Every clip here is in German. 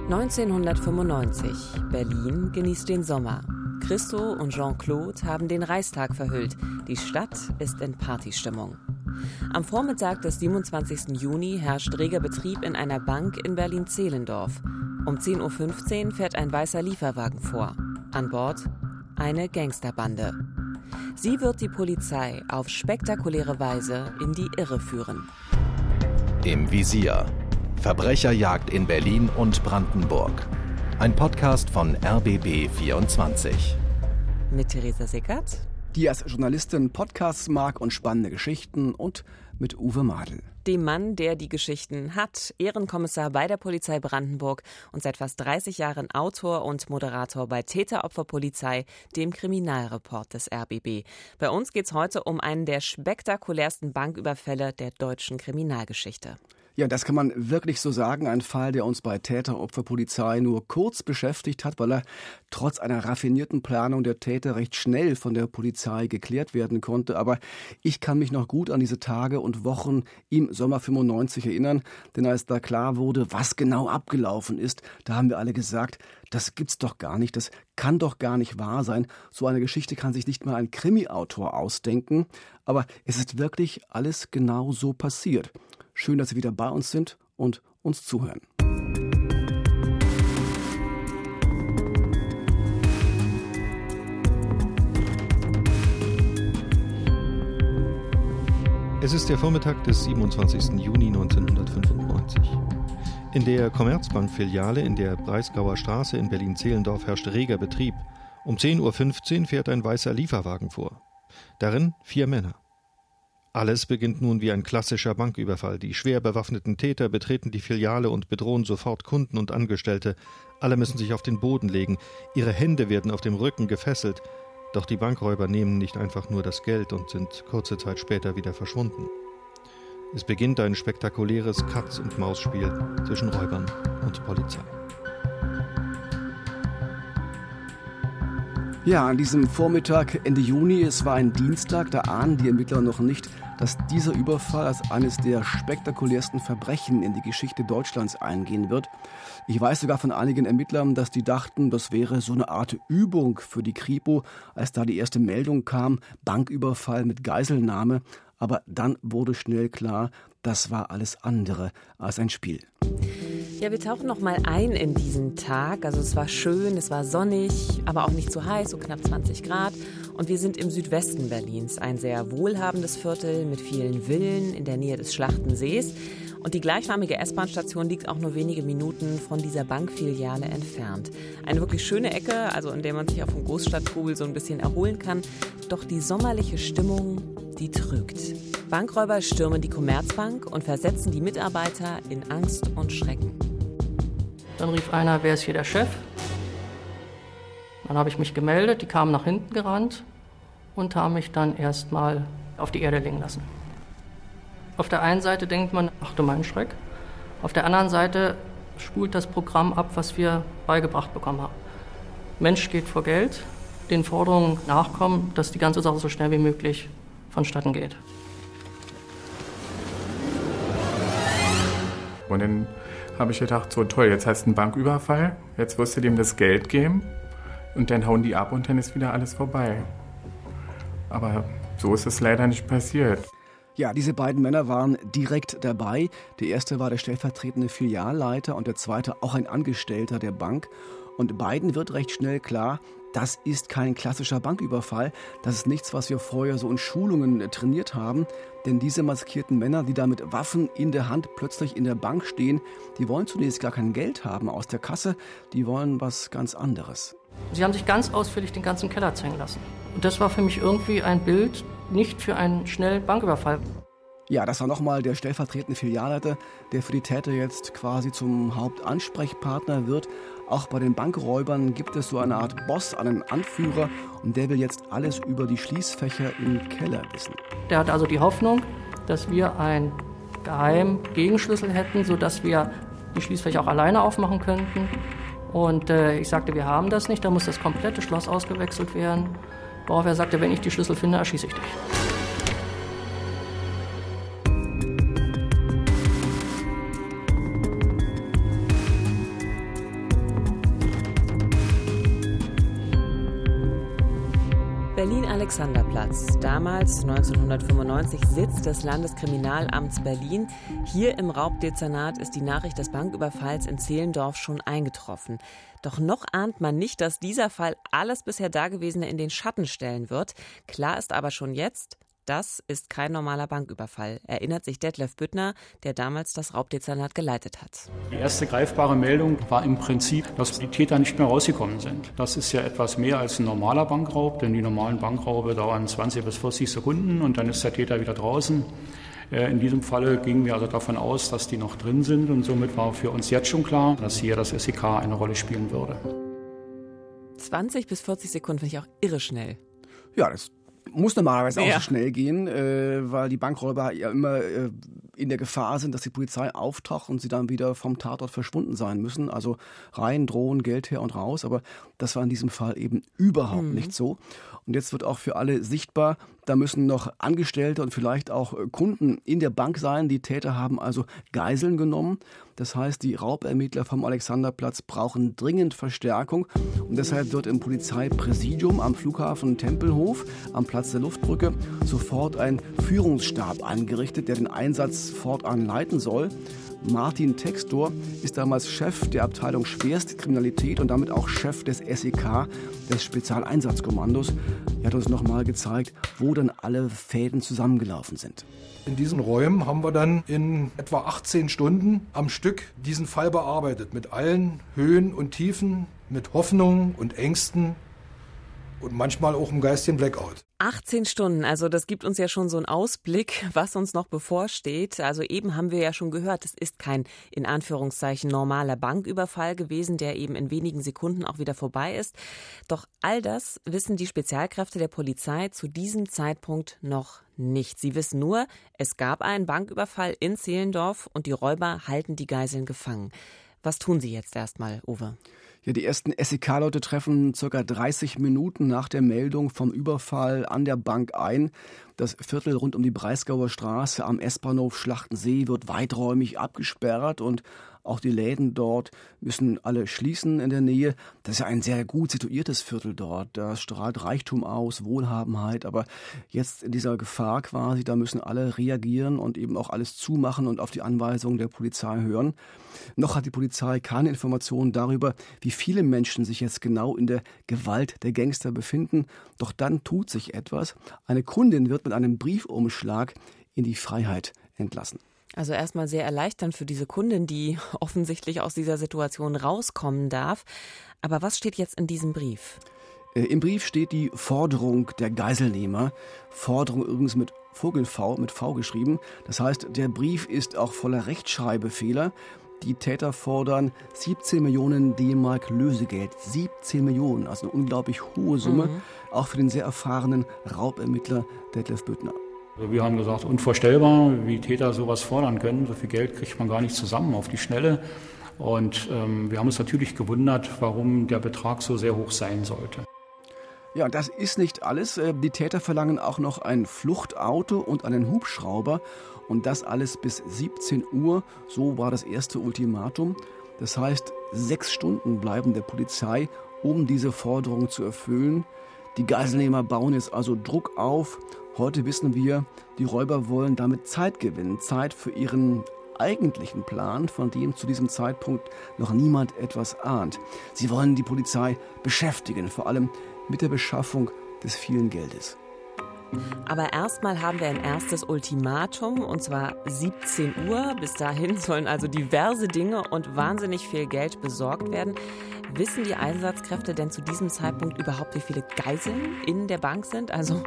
1995. Berlin genießt den Sommer. Christo und Jean-Claude haben den Reichstag verhüllt. Die Stadt ist in Partystimmung. Am Vormittag des 27. Juni herrscht reger Betrieb in einer Bank in Berlin-Zehlendorf. Um 10.15 Uhr fährt ein weißer Lieferwagen vor. An Bord eine Gangsterbande. Sie wird die Polizei auf spektakuläre Weise in die Irre führen. Im Visier. Verbrecherjagd in Berlin und Brandenburg. Ein Podcast von RBB24. Mit Theresa Sickert, die als Journalistin Podcasts mag und spannende Geschichten, und mit Uwe Madel. Dem Mann, der die Geschichten hat, Ehrenkommissar bei der Polizei Brandenburg und seit fast 30 Jahren Autor und Moderator bei Täter-Opfer-Polizei, dem Kriminalreport des RBB. Bei uns geht es heute um einen der spektakulärsten Banküberfälle der deutschen Kriminalgeschichte. Ja, das kann man wirklich so sagen. Ein Fall, der uns bei Täter-Opfer-Polizei nur kurz beschäftigt hat, weil er trotz einer raffinierten Planung der Täter recht schnell von der Polizei geklärt werden konnte. Aber ich kann mich noch gut an diese Tage und Wochen im Sommer 95 erinnern. Denn als da klar wurde, was genau abgelaufen ist, da haben wir alle gesagt, das gibt's doch gar nicht, das kann doch gar nicht wahr sein. So eine Geschichte kann sich nicht mal ein Krimi-Autor ausdenken. Aber es ist wirklich alles genau so passiert. Schön, dass Sie wieder bei uns sind und uns zuhören. Es ist der Vormittag des 27. Juni 1995. In der Commerzbank-Filiale in der Breisgauer Straße in Berlin-Zehlendorf herrscht reger Betrieb. Um 10.15 Uhr fährt ein weißer Lieferwagen vor. Darin 4 Männer. Alles beginnt nun wie ein klassischer Banküberfall. Die schwer bewaffneten Täter betreten die Filiale und bedrohen sofort Kunden und Angestellte. Alle müssen sich auf den Boden legen. Ihre Hände werden auf dem Rücken gefesselt. Doch die Bankräuber nehmen nicht einfach nur das Geld und sind kurze Zeit später wieder verschwunden. Es beginnt ein spektakuläres Katz-und-Maus-Spiel zwischen Räubern und Polizei. Ja, an diesem Vormittag Ende Juni, es war ein Dienstag, da ahnen die Ermittler noch nicht, dass dieser Überfall als eines der spektakulärsten Verbrechen in die Geschichte Deutschlands eingehen wird. Ich weiß sogar von einigen Ermittlern, dass die dachten, das wäre so eine Art Übung für die Kripo, als da die erste Meldung kam, Banküberfall mit Geiselnahme. Aber dann wurde schnell klar, das war alles andere als ein Spiel. Ja, wir tauchen noch mal ein in diesen Tag. Also es war schön, es war sonnig, aber auch nicht zu heiß, so knapp 20 Grad. Und wir sind im Südwesten Berlins, ein sehr wohlhabendes Viertel mit vielen Villen in der Nähe des Schlachtensees. Und die gleichnamige S-Bahn-Station liegt auch nur wenige Minuten von dieser Bankfiliale entfernt. Eine wirklich schöne Ecke, also in der man sich auf dem Großstadttrubel so ein bisschen erholen kann. Doch die sommerliche Stimmung, die trügt. Bankräuber stürmen die Commerzbank und versetzen die Mitarbeiter in Angst und Schrecken. Dann rief einer, wer ist hier der Chef? Dann habe ich mich gemeldet, die kamen nach hinten gerannt und haben mich dann erstmal auf die Erde legen lassen. Auf der einen Seite denkt man, ach du mein Schreck. Auf der anderen Seite spult das Programm ab, was wir beigebracht bekommen haben. Mensch geht vor Geld, den Forderungen nachkommen, dass die ganze Sache so schnell wie möglich vonstatten geht. Und dann habe ich gedacht, so toll, jetzt hast du einen Banküberfall, jetzt wirst du dem das Geld geben und dann hauen die ab und dann ist wieder alles vorbei. Aber so ist es leider nicht passiert. Ja, diese beiden Männer waren direkt dabei. Der erste war der stellvertretende Filialleiter und der zweite auch ein Angestellter der Bank. Und beiden wird recht schnell klar, das ist kein klassischer Banküberfall. Das ist nichts, was wir vorher so in Schulungen trainiert haben. Denn diese maskierten Männer, die da mit Waffen in der Hand plötzlich in der Bank stehen, die wollen zunächst gar kein Geld haben aus der Kasse. Die wollen was ganz anderes. Sie haben sich ganz ausführlich den ganzen Keller zeigen lassen. Und das war für mich irgendwie ein Bild, nicht für einen schnellen Banküberfall. Ja, das war nochmal der stellvertretende Filialleiter, der für die Täter jetzt quasi zum Hauptansprechpartner wird. Auch bei den Bankräubern gibt es so eine Art Boss, einen Anführer, und der will jetzt alles über die Schließfächer im Keller wissen. Der hat also die Hoffnung, dass wir einen geheimen Gegenschlüssel hätten, sodass wir die Schließfächer auch alleine aufmachen könnten. Und ich sagte, wir haben das nicht, da muss das komplette Schloss ausgewechselt werden. Worauf er sagte, wenn ich die Schlüssel finde, erschieße ich dich. Berlin-Alexanderplatz. Damals, 1995, Sitz des Landeskriminalamts Berlin. Hier im Raubdezernat ist die Nachricht des Banküberfalls in Zehlendorf schon eingetroffen. Doch noch ahnt man nicht, dass dieser Fall alles bisher Dagewesene in den Schatten stellen wird. Klar ist aber schon jetzt, das ist kein normaler Banküberfall, erinnert sich Detlef Büttner, der damals das Raubdezernat geleitet hat. Die erste greifbare Meldung war im Prinzip, dass die Täter nicht mehr rausgekommen sind. Das ist ja etwas mehr als ein normaler Bankraub, denn die normalen Bankraube dauern 20 bis 40 Sekunden und dann ist der Täter wieder draußen. In diesem Falle gingen wir also davon aus, dass die noch drin sind und somit war für uns jetzt schon klar, dass hier das SEK eine Rolle spielen würde. 20 bis 40 Sekunden finde ich auch irre schnell. Ja, das muss normalerweise auch so schnell gehen, weil die Bankräuber ja immer in der Gefahr sind, dass die Polizei auftaucht und sie dann wieder vom Tatort verschwunden sein müssen. Also rein, drohen, Geld her und raus. Aber das war in diesem Fall eben überhaupt nicht so. Und jetzt wird auch für alle sichtbar, da müssen noch Angestellte und vielleicht auch Kunden in der Bank sein. Die Täter haben also Geiseln genommen. Das heißt, die Raubermittler vom Alexanderplatz brauchen dringend Verstärkung. Und deshalb wird im Polizeipräsidium am Flughafen Tempelhof am Platz der Luftbrücke sofort ein Führungsstab eingerichtet, der den Einsatz fortan leiten soll. Martin Textor ist damals Chef der Abteilung Schwerstkriminalität und damit auch Chef des SEK, des Spezialeinsatzkommandos. Er hat uns nochmal gezeigt, wo dann alle Fäden zusammengelaufen sind. In diesen Räumen haben wir dann in etwa 18 Stunden am Stück diesen Fall bearbeitet. Mit allen Höhen und Tiefen, mit Hoffnungen und Ängsten und manchmal auch im geistigen Blackout. 18 Stunden, also das gibt uns ja schon so einen Ausblick, was uns noch bevorsteht. Also eben haben wir ja schon gehört, es ist kein, in Anführungszeichen, normaler Banküberfall gewesen, der eben in wenigen Sekunden auch wieder vorbei ist. Doch all das wissen die Spezialkräfte der Polizei zu diesem Zeitpunkt noch nicht. Sie wissen nur, es gab einen Banküberfall in Zehlendorf und die Räuber halten die Geiseln gefangen. Was tun Sie jetzt erstmal, Uwe? Ja, die ersten SEK-Leute treffen ca. 30 Minuten nach der Meldung vom Überfall an der Bank ein. Das Viertel rund um die Breisgauer Straße am S-Bahnhof Schlachtensee wird weiträumig abgesperrt und auch die Läden dort müssen alle schließen in der Nähe. Das ist ja ein sehr gut situiertes Viertel dort. Da strahlt Reichtum aus, Wohlhabenheit. Aber jetzt in dieser Gefahr quasi, da müssen alle reagieren und eben auch alles zumachen und auf die Anweisungen der Polizei hören. Noch hat die Polizei keine Informationen darüber, wie viele Menschen sich jetzt genau in der Gewalt der Gangster befinden. Doch dann tut sich etwas. Eine Kundin wird mit einem Briefumschlag in die Freiheit entlassen. Also erstmal sehr erleichternd für diese Kundin, die offensichtlich aus dieser Situation rauskommen darf. Aber was steht jetzt in diesem Brief? Im Brief steht die Forderung der Geiselnehmer. Forderung übrigens mit Vogel-V, mit V geschrieben. Das heißt, der Brief ist auch voller Rechtschreibfehler. Die Täter fordern 17 Millionen D-Mark Lösegeld. 17 Millionen, also eine unglaublich hohe Summe. Auch für den sehr erfahrenen Raubermittler Detlef Büttner. Wir haben gesagt, unvorstellbar, wie Täter sowas fordern können. So viel Geld kriegt man gar nicht zusammen auf die Schnelle. Und wir haben uns natürlich gewundert, warum der Betrag so sehr hoch sein sollte. Ja, das ist nicht alles. Die Täter verlangen auch noch ein Fluchtauto und einen Hubschrauber. Und das alles bis 17 Uhr. So war das erste Ultimatum. Das heißt, 6 Stunden bleiben der Polizei, um diese Forderung zu erfüllen. Die Geiselnehmer bauen jetzt also Druck auf. Heute wissen wir, die Räuber wollen damit Zeit gewinnen. Zeit für ihren eigentlichen Plan, von dem zu diesem Zeitpunkt noch niemand etwas ahnt. Sie wollen die Polizei beschäftigen, vor allem mit der Beschaffung des vielen Geldes. Aber erstmal haben wir ein erstes Ultimatum, und zwar 17 Uhr. Bis dahin sollen also diverse Dinge und wahnsinnig viel Geld besorgt werden. Wissen die Einsatzkräfte denn zu diesem Zeitpunkt überhaupt, wie viele Geiseln in der Bank sind? Also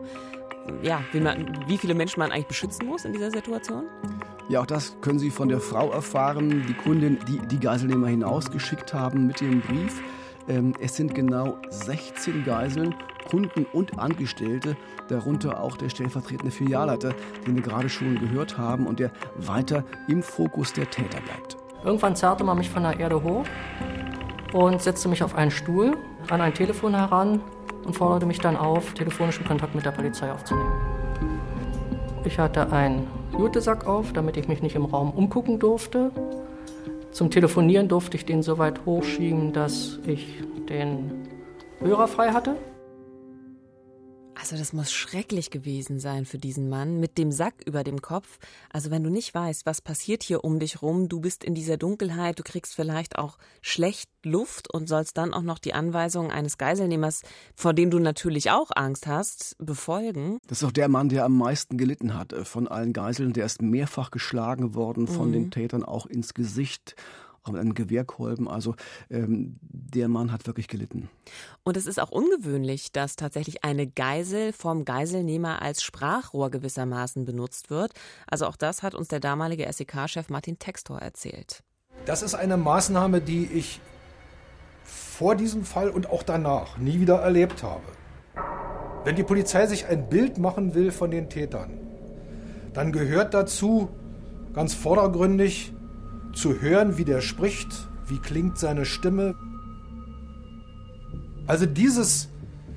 ja, wie viele Menschen man eigentlich beschützen muss in dieser Situation? Ja, auch das können Sie von der Frau erfahren, die Kundin, die die Geiselnehmer hinausgeschickt haben mit dem Brief. Es sind genau 16 Geiseln, Kunden und Angestellte, darunter auch der stellvertretende Filialleiter, den wir gerade schon gehört haben und der weiter im Fokus der Täter bleibt. Irgendwann zerrte man mich von der Erde hoch und setzte mich auf einen Stuhl, an ein Telefon heran und forderte mich dann auf, telefonischen Kontakt mit der Polizei aufzunehmen. Ich hatte einen Jutesack auf, damit ich mich nicht im Raum umgucken durfte. Zum Telefonieren durfte ich den so weit hochschieben, dass ich den Hörer frei hatte. Also das muss schrecklich gewesen sein für diesen Mann mit dem Sack über dem Kopf. Also wenn du nicht weißt, was passiert hier um dich rum, du bist in dieser Dunkelheit, du kriegst vielleicht auch schlecht Luft und sollst dann auch noch die Anweisungen eines Geiselnehmers, vor dem du natürlich auch Angst hast, befolgen. Das ist auch der Mann, der am meisten gelitten hat von allen Geiseln. Der ist mehrfach geschlagen worden von den Tätern, auch ins Gesicht, auch mit einem Gewehrkolben. Also der Mann hat wirklich gelitten. Und es ist auch ungewöhnlich, dass tatsächlich eine Geisel vom Geiselnehmer als Sprachrohr gewissermaßen benutzt wird. Also auch das hat uns der damalige SEK-Chef Martin Textor erzählt. Das ist eine Maßnahme, die ich vor diesem Fall und auch danach nie wieder erlebt habe. Wenn die Polizei sich ein Bild machen will von den Tätern, dann gehört dazu ganz vordergründig zu hören, wie der spricht, wie klingt seine Stimme. Also dieses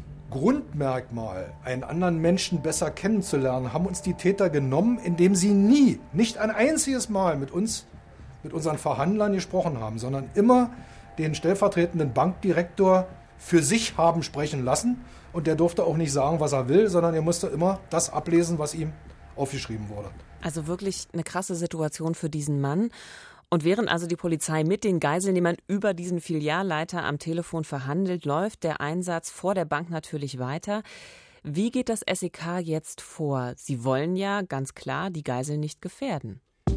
Grundmerkmal, einen anderen Menschen besser kennenzulernen, haben uns die Täter genommen, indem sie nie, nicht ein einziges Mal mit uns, mit unseren Verhandlern gesprochen haben, sondern immer den stellvertretenden Bankdirektor für sich haben sprechen lassen. Und der durfte auch nicht sagen, was er will, sondern er musste immer das ablesen, was ihm aufgeschrieben wurde. Also wirklich eine krasse Situation für diesen Mann. Und während also die Polizei mit den Geiselnehmern über diesen Filialleiter am Telefon verhandelt, läuft der Einsatz vor der Bank natürlich weiter. Wie geht das SEK jetzt vor? Sie wollen ja ganz klar die Geiseln nicht gefährden.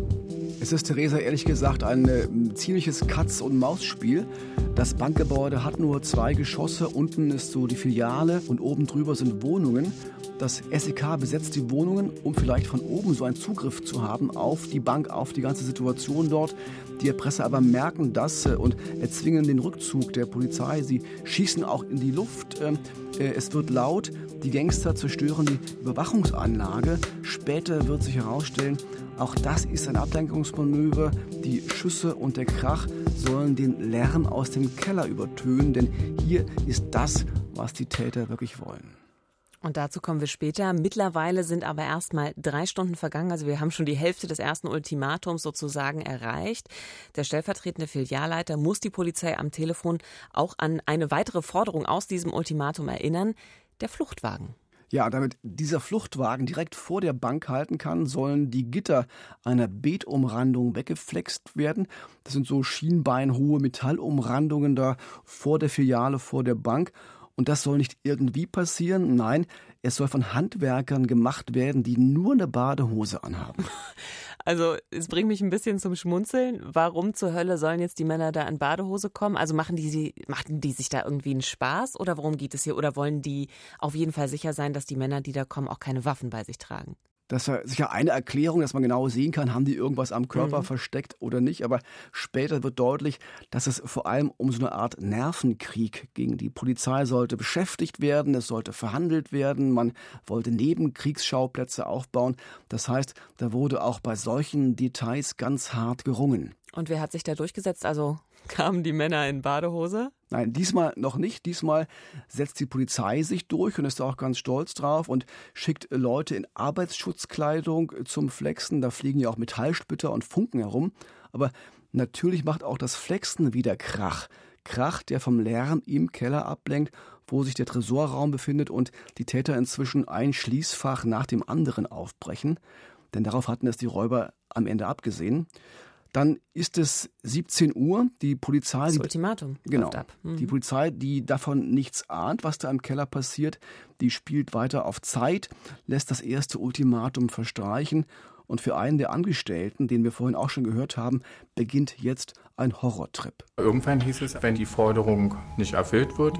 Es ist, Theresa, ehrlich gesagt ein ziemliches Katz-und-Maus-Spiel. Das Bankgebäude hat nur 2 Geschosse, unten ist so die Filiale und oben drüber sind Wohnungen. Das SEK besetzt die Wohnungen, um vielleicht von oben so einen Zugriff zu haben auf die Bank, auf die ganze Situation dort. Die Erpresser aber merken das und erzwingen den Rückzug der Polizei. Sie schießen auch in die Luft. Es wird laut. Die Gangster zerstören die Überwachungsanlage. Später wird sich herausstellen, auch das ist ein Ablenkungsmanöver. Die Schüsse und der Krach sollen den Lärm aus dem Keller übertönen, denn hier ist das, was die Täter wirklich wollen. Und dazu kommen wir später. Mittlerweile sind aber erst mal 3 Stunden vergangen. Also wir haben schon die Hälfte des ersten Ultimatums sozusagen erreicht. Der stellvertretende Filialleiter muss die Polizei am Telefon auch an eine weitere Forderung aus diesem Ultimatum erinnern: der Fluchtwagen. Ja, damit dieser Fluchtwagen direkt vor der Bank halten kann, sollen die Gitter einer Beetumrandung weggeflext werden. Das sind so schienbeinhohe Metallumrandungen da vor der Filiale, vor der Bank. Und das soll nicht irgendwie passieren, nein, es soll von Handwerkern gemacht werden, die nur eine Badehose anhaben. Also es bringt mich ein bisschen zum Schmunzeln. Warum zur Hölle sollen jetzt die Männer da in Badehose kommen? Also machen die sich da irgendwie einen Spaß oder worum geht es hier? Oder wollen die auf jeden Fall sicher sein, dass die Männer, die da kommen, auch keine Waffen bei sich tragen? Das ist sicher eine Erklärung, dass man genau sehen kann, haben die irgendwas am Körper versteckt oder nicht. Aber später wird deutlich, dass es vor allem um so eine Art Nervenkrieg ging. Die Polizei sollte beschäftigt werden, es sollte verhandelt werden, man wollte Nebenkriegsschauplätze aufbauen. Das heißt, da wurde auch bei solchen Details ganz hart gerungen. Und wer hat sich da durchgesetzt? Also kamen die Männer in Badehose? Nein, diesmal noch nicht. Diesmal setzt die Polizei sich durch und ist auch ganz stolz drauf und schickt Leute in Arbeitsschutzkleidung zum Flexen. Da fliegen ja auch Metallsplitter und Funken herum. Aber natürlich macht auch das Flexen wieder Krach. Krach, der vom Lärm im Keller ablenkt, wo sich der Tresorraum befindet und die Täter inzwischen ein Schließfach nach dem anderen aufbrechen. Denn darauf hatten es die Räuber am Ende abgesehen. Dann ist es 17 Uhr, die Polizei... Das Ultimatum läuft ab. Die Polizei, die davon nichts ahnt, was da im Keller passiert, die spielt weiter auf Zeit, lässt das erste Ultimatum verstreichen und für einen der Angestellten, den wir vorhin auch schon gehört haben, beginnt jetzt ein Horrortrip. Irgendwann hieß es, wenn die Forderung nicht erfüllt wird,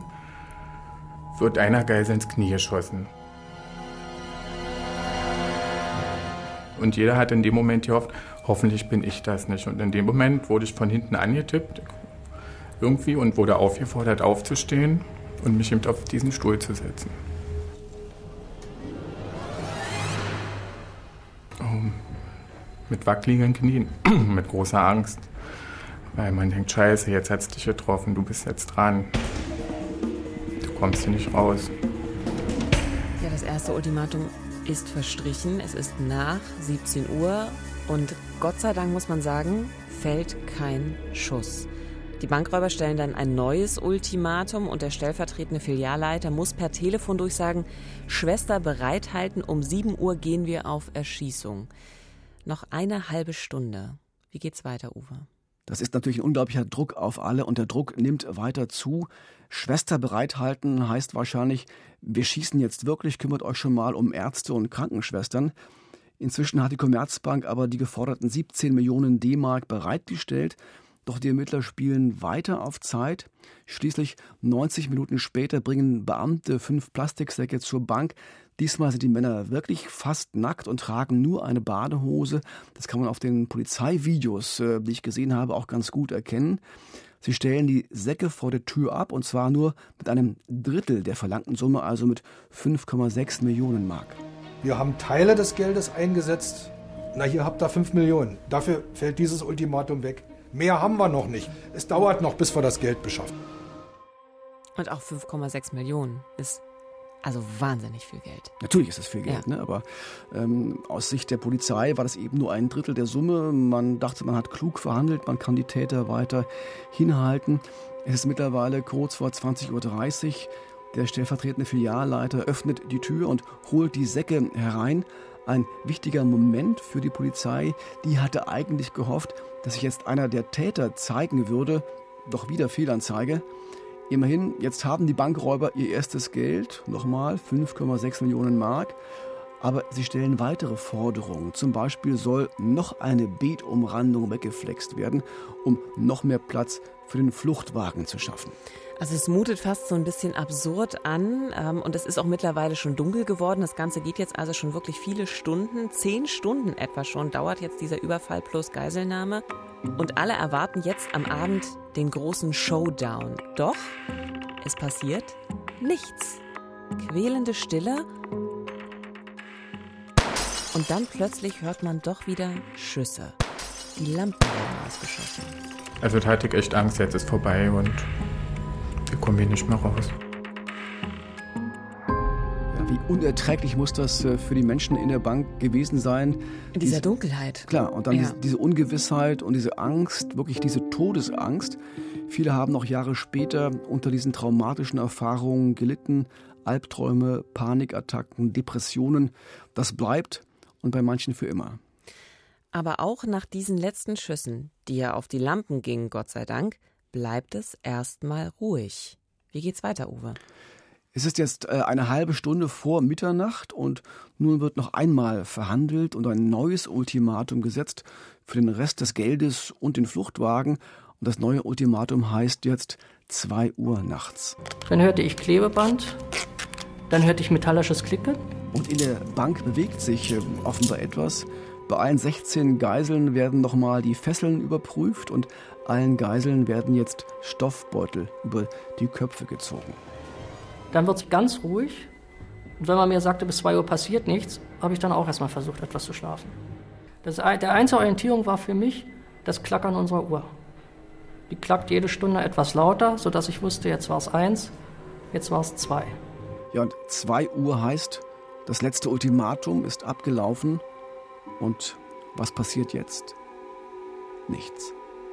wird einer Geisel ins Knie geschossen. Und jeder hat in dem Moment gehofft, hoffentlich bin ich das nicht. Und in dem Moment wurde ich von hinten angetippt irgendwie und wurde aufgefordert, aufzustehen und mich eben auf diesen Stuhl zu setzen. Mit wackeligen Knien, mit großer Angst. Weil man denkt, scheiße, jetzt hat's dich getroffen, du bist jetzt dran. Du kommst hier nicht raus. Ja, das erste Ultimatum ist verstrichen. Es ist nach 17 Uhr und Gott sei Dank, muss man sagen, fällt kein Schuss. Die Bankräuber stellen dann ein neues Ultimatum und der stellvertretende Filialleiter muss per Telefon durchsagen, Schwester bereithalten, um 7 Uhr gehen wir auf Erschießung. Noch eine halbe Stunde. Wie geht's weiter, Uwe? Das ist natürlich ein unglaublicher Druck auf alle und der Druck nimmt weiter zu. Schwester bereithalten heißt wahrscheinlich, wir schießen jetzt wirklich, kümmert euch schon mal um Ärzte und Krankenschwestern. Inzwischen hat die Commerzbank aber die geforderten 17 Millionen D-Mark bereitgestellt. Doch die Ermittler spielen weiter auf Zeit. Schließlich 90 Minuten später bringen Beamte 5 Plastiksäcke zur Bank. Diesmal sind die Männer wirklich fast nackt und tragen nur eine Badehose. Das kann man auf den Polizeivideos, die ich gesehen habe, auch ganz gut erkennen. Sie stellen die Säcke vor der Tür ab und zwar nur mit einem Drittel der verlangten Summe, also mit 5,6 Millionen Mark. Wir haben Teile des Geldes eingesetzt. Na, hier habt ihr 5 Millionen. Dafür fällt dieses Ultimatum weg. Mehr haben wir noch nicht. Es dauert noch, bis wir das Geld beschaffen. Und auch 5,6 Millionen ist also wahnsinnig viel Geld. Natürlich ist das viel Geld, ja. Ne? Aber aus Sicht der Polizei war das eben nur ein Drittel der Summe. Man dachte, man hat klug verhandelt, man kann die Täter weiter hinhalten. Es ist mittlerweile kurz vor 20:30 Uhr. Der stellvertretende Filialleiter öffnet die Tür und holt die Säcke herein. Ein wichtiger Moment für die Polizei. Die hatte eigentlich gehofft, dass sich jetzt einer der Täter zeigen würde. Doch wieder Fehlanzeige. Immerhin, jetzt haben die Bankräuber ihr erstes Geld, nochmal 5,6 Millionen Mark. Aber sie stellen weitere Forderungen. Zum Beispiel soll noch eine Beetumrandung weggeflext werden, um noch mehr Platz für den Fluchtwagen zu schaffen. Also es mutet fast so ein bisschen absurd an und es ist auch mittlerweile schon dunkel geworden. Das Ganze geht jetzt also schon wirklich viele Stunden, 10 Stunden etwa schon, dauert jetzt dieser Überfall plus Geiselnahme. Und alle erwarten jetzt am Abend den großen Showdown. Doch es passiert nichts. Quälende Stille. Und dann plötzlich hört man doch wieder Schüsse. Die Lampen werden ausgeschossen. Also da hatte ich echt Angst, jetzt ist vorbei und wir kommen hier nicht mehr raus. Ja, wie unerträglich muss das für die Menschen in der Bank gewesen sein? In dieser Dunkelheit. Klar, und dann diese Ungewissheit und diese Angst, wirklich diese Todesangst. Viele haben noch Jahre später unter diesen traumatischen Erfahrungen gelitten. Albträume, Panikattacken, Depressionen. Das bleibt und bei manchen für immer. Aber auch nach diesen letzten Schüssen, die ja auf die Lampen gingen, Gott sei Dank, bleibt es erstmal ruhig. Wie geht's weiter, Uwe? Es ist jetzt eine halbe Stunde vor Mitternacht und nun wird noch einmal verhandelt und ein neues Ultimatum gesetzt für den Rest des Geldes und den Fluchtwagen. Und das neue Ultimatum heißt jetzt 2 Uhr nachts. Dann hörte ich Klebeband, dann hörte ich metallisches Klicken. Und in der Bank bewegt sich offenbar etwas. Bei allen 16 Geiseln werden nochmal die Fesseln überprüft und allen Geiseln werden jetzt Stoffbeutel über die Köpfe gezogen. Dann wird es ganz ruhig. Und wenn man mir sagte, bis 2 Uhr passiert nichts, habe ich dann auch erstmal versucht, etwas zu schlafen. Der einzige Orientierung war für mich das Klackern unserer Uhr. Die klackt jede Stunde etwas lauter, sodass ich wusste, jetzt war es 1, jetzt war es 2. Ja, und 2 Uhr heißt, das letzte Ultimatum ist abgelaufen. Und was passiert jetzt? Nichts.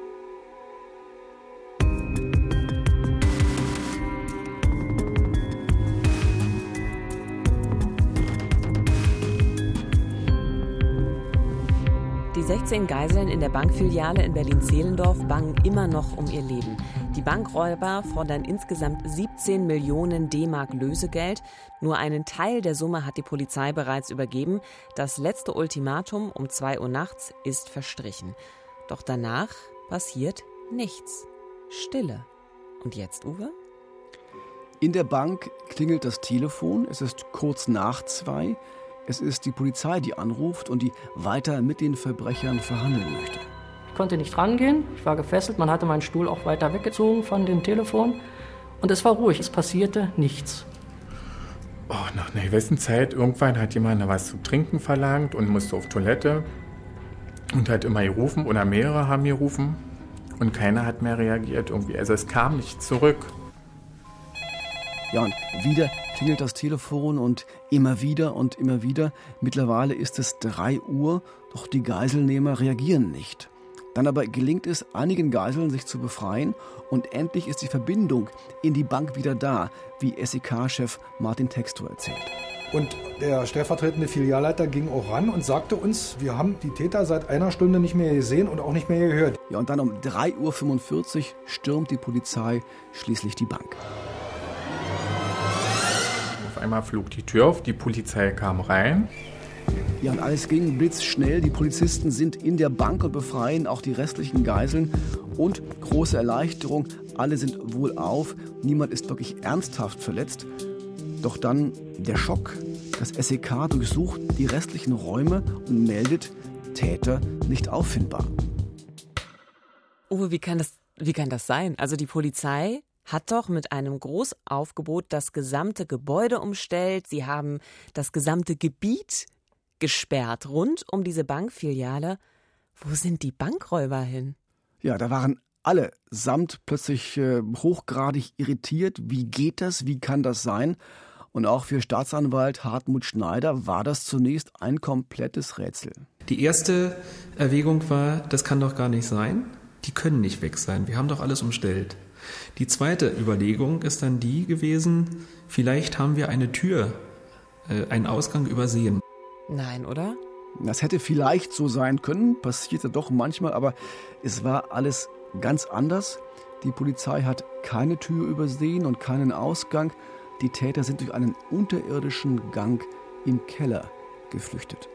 Die 16 Geiseln in der Bankfiliale in Berlin-Zehlendorf bangen immer noch um ihr Leben. Die Bankräuber fordern insgesamt 17 Millionen D-Mark Lösegeld. Nur einen Teil der Summe hat die Polizei bereits übergeben. Das letzte Ultimatum um 2 Uhr nachts ist verstrichen. Doch danach passiert nichts. Stille. Und jetzt, Uwe? In der Bank klingelt das Telefon. Es ist kurz nach 2. Es ist die Polizei, die anruft und die weiter mit den Verbrechern verhandeln möchte. Ich konnte nicht rangehen, ich war gefesselt, man hatte meinen Stuhl auch weiter weggezogen von dem Telefon und es war ruhig, es passierte nichts. Oh, nach einer gewissen Zeit, irgendwann hat jemand was zu trinken verlangt und musste auf Toilette und hat immer gerufen oder mehrere haben gerufen und keiner hat mehr reagiert irgendwie. Also es kam nicht zurück. Ja, und wieder klingelt das Telefon und immer wieder und immer wieder. Mittlerweile ist es 3 Uhr, doch die Geiselnehmer reagieren nicht. Dann aber gelingt es einigen Geiseln, sich zu befreien und endlich ist die Verbindung in die Bank wieder da, wie SEK-Chef Martin Textor erzählt. Und der stellvertretende Filialleiter ging auch ran und sagte uns, wir haben die Täter seit einer Stunde nicht mehr gesehen und auch nicht mehr gehört. Ja, und dann um 3:45 Uhr stürmt die Polizei schließlich die Bank. Auf einmal flog die Tür auf, die Polizei kam rein. Ja, und alles ging blitzschnell. Die Polizisten sind in der Bank und befreien auch die restlichen Geiseln. Und große Erleichterung, alle sind wohlauf. Niemand ist wirklich ernsthaft verletzt. Doch dann der Schock. Das SEK durchsucht die restlichen Räume und meldet, Täter nicht auffindbar. Uwe, wie kann das sein? Also die Polizei hat doch mit einem Großaufgebot das gesamte Gebäude umstellt. Sie haben das gesamte Gebiet gesperrt rund um diese Bankfiliale. Wo sind die Bankräuber hin? Ja, da waren alle samt plötzlich hochgradig irritiert. Wie geht das? Wie kann das sein? Und auch für Staatsanwalt Hartmut Schneider war das zunächst ein komplettes Rätsel. Die erste Erwägung war, das kann doch gar nicht sein. Die können nicht weg sein. Wir haben doch alles umstellt. Die zweite Überlegung ist dann die gewesen, vielleicht haben wir eine Tür, einen Ausgang übersehen. Nein, oder? Das hätte vielleicht so sein können, passierte doch manchmal, aber es war alles ganz anders. Die Polizei hat keine Tür übersehen und keinen Ausgang. Die Täter sind durch einen unterirdischen Gang im Keller geflüchtet.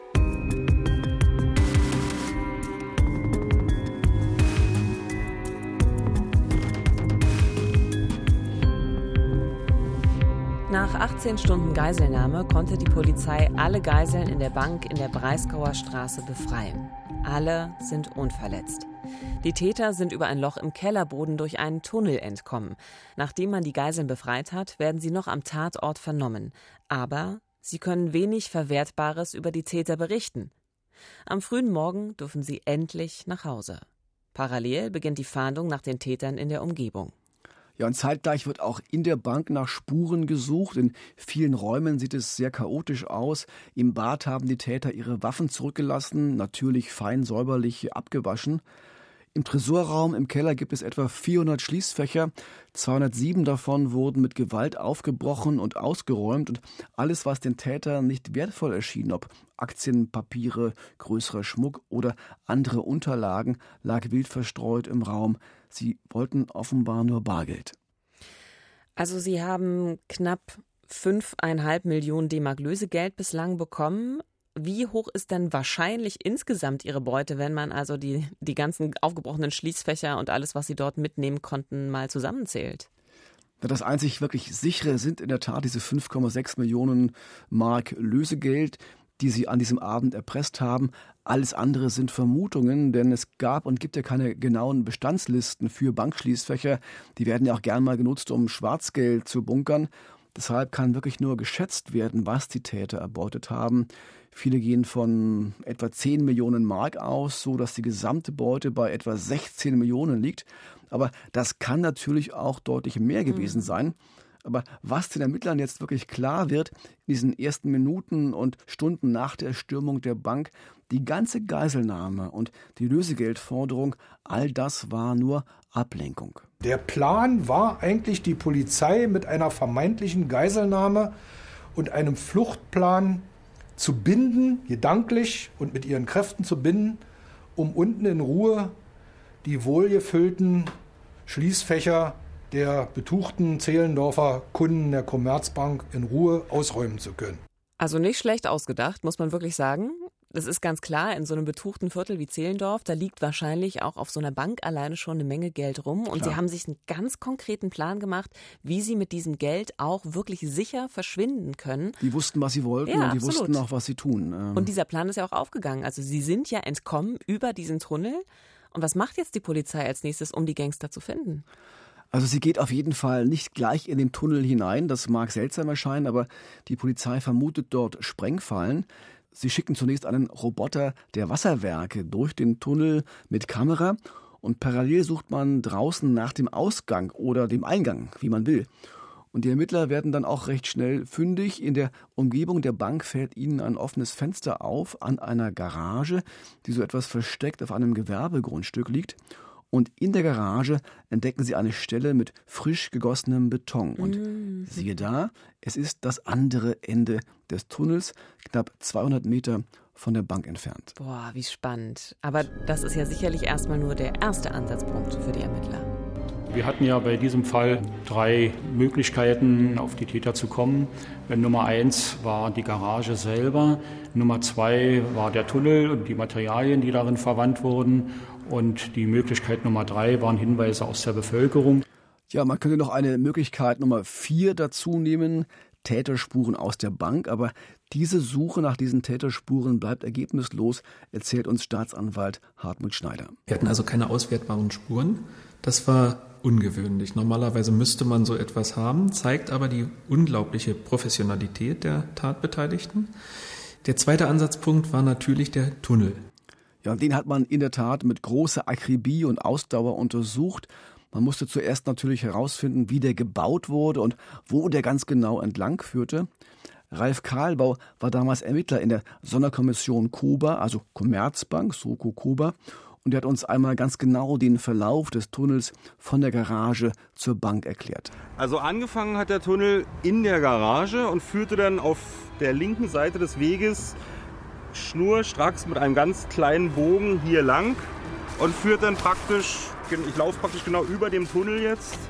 Nach 18 Stunden Geiselnahme konnte die Polizei alle Geiseln in der Bank in der Breisgauer Straße befreien. Alle sind unverletzt. Die Täter sind über ein Loch im Kellerboden durch einen Tunnel entkommen. Nachdem man die Geiseln befreit hat, werden sie noch am Tatort vernommen. Aber sie können wenig Verwertbares über die Täter berichten. Am frühen Morgen dürfen sie endlich nach Hause. Parallel beginnt die Fahndung nach den Tätern in der Umgebung. Ja, und zeitgleich wird auch in der Bank nach Spuren gesucht. In vielen Räumen sieht es sehr chaotisch aus. Im Bad haben die Täter ihre Waffen zurückgelassen, natürlich fein säuberlich abgewaschen. Im Tresorraum im Keller gibt es etwa 400 Schließfächer. 207 davon wurden mit Gewalt aufgebrochen und ausgeräumt. Und alles, was den Tätern nicht wertvoll erschien, ob Aktien, Papiere, größerer Schmuck oder andere Unterlagen, lag wild verstreut im Raum. Sie wollten offenbar nur Bargeld. Also Sie haben knapp 5,5 Millionen D-Mark Lösegeld bislang bekommen. Wie hoch ist denn wahrscheinlich insgesamt Ihre Beute, wenn man also die ganzen aufgebrochenen Schließfächer und alles, was Sie dort mitnehmen konnten, mal zusammenzählt? Das einzig wirklich sichere sind in der Tat diese 5,6 Millionen Mark Lösegeld, die sie an diesem Abend erpresst haben. Alles andere sind Vermutungen, denn es gab und gibt ja keine genauen Bestandslisten für Bankschließfächer. Die werden ja auch gern mal genutzt, um Schwarzgeld zu bunkern. Deshalb kann wirklich nur geschätzt werden, was die Täter erbeutet haben. Viele gehen von etwa 10 Millionen Mark aus, so dass die gesamte Beute bei etwa 16 Millionen liegt. Aber das kann natürlich auch deutlich mehr gewesen sein. Aber was den Ermittlern jetzt wirklich klar wird, in diesen ersten Minuten und Stunden nach der Stürmung der Bank, die ganze Geiselnahme und die Lösegeldforderung, all das war nur Ablenkung. Der Plan war eigentlich, die Polizei mit einer vermeintlichen Geiselnahme und einem Fluchtplan zu binden, gedanklich und mit ihren Kräften zu binden, um unten in Ruhe die wohlgefüllten Schließfächer der betuchten Zehlendorfer Kunden der Commerzbank in Ruhe ausräumen zu können. Also nicht schlecht ausgedacht, muss man wirklich sagen. Das ist ganz klar, in so einem betuchten Viertel wie Zehlendorf, da liegt wahrscheinlich auch auf so einer Bank alleine schon eine Menge Geld rum. Und Sie haben sich einen ganz konkreten Plan gemacht, wie Sie mit diesem Geld auch wirklich sicher verschwinden können. Die wussten, was sie wollten, und die wussten auch, was sie tun. Und dieser Plan ist ja auch aufgegangen. Also Sie sind ja entkommen über diesen Tunnel. Und was macht jetzt die Polizei als nächstes, um die Gangster zu finden? Also sie geht auf jeden Fall nicht gleich in den Tunnel hinein. Das mag seltsam erscheinen, aber die Polizei vermutet dort Sprengfallen. Sie schicken zunächst einen Roboter der Wasserwerke durch den Tunnel mit Kamera und parallel sucht man draußen nach dem Ausgang oder dem Eingang, wie man will. Und die Ermittler werden dann auch recht schnell fündig. In der Umgebung der Bank fällt ihnen ein offenes Fenster auf an einer Garage, die so etwas versteckt auf einem Gewerbegrundstück liegt. Und in der Garage entdecken sie eine Stelle mit frisch gegossenem Beton. Und siehe da, es ist das andere Ende des Tunnels, knapp 200 Meter von der Bank entfernt. Boah, wie spannend. Aber das ist ja sicherlich erstmal nur der erste Ansatzpunkt für die Ermittler. Wir hatten ja bei diesem Fall 3 Möglichkeiten, auf die Täter zu kommen. Nummer 1 war die Garage selber, Nummer 2 war der Tunnel und die Materialien, die darin verwandt wurden. Und die Möglichkeit Nummer 3 waren Hinweise aus der Bevölkerung. Ja, man könnte noch eine Möglichkeit Nummer 4 dazu nehmen, Täterspuren aus der Bank. Aber diese Suche nach diesen Täterspuren bleibt ergebnislos, erzählt uns Staatsanwalt Hartmut Schneider. Wir hatten also keine auswertbaren Spuren. Das war ungewöhnlich. Normalerweise müsste man so etwas haben, zeigt aber die unglaubliche Professionalität der Tatbeteiligten. Der zweite Ansatzpunkt war natürlich der Tunnel. Ja, und den hat man in der Tat mit großer Akribie und Ausdauer untersucht. Man musste zuerst natürlich herausfinden, wie der gebaut wurde und wo der ganz genau entlang führte. Ralf Kahlbau war damals Ermittler in der Sonderkommission Koba, also Commerzbank, Soko Koba. Und er hat uns einmal ganz genau den Verlauf des Tunnels von der Garage zur Bank erklärt. Also angefangen hat der Tunnel in der Garage und führte dann auf der linken Seite des Weges schnurstracks mit einem ganz kleinen Bogen hier lang und führt dann praktisch, ich laufe praktisch genau über dem Tunnel jetzt,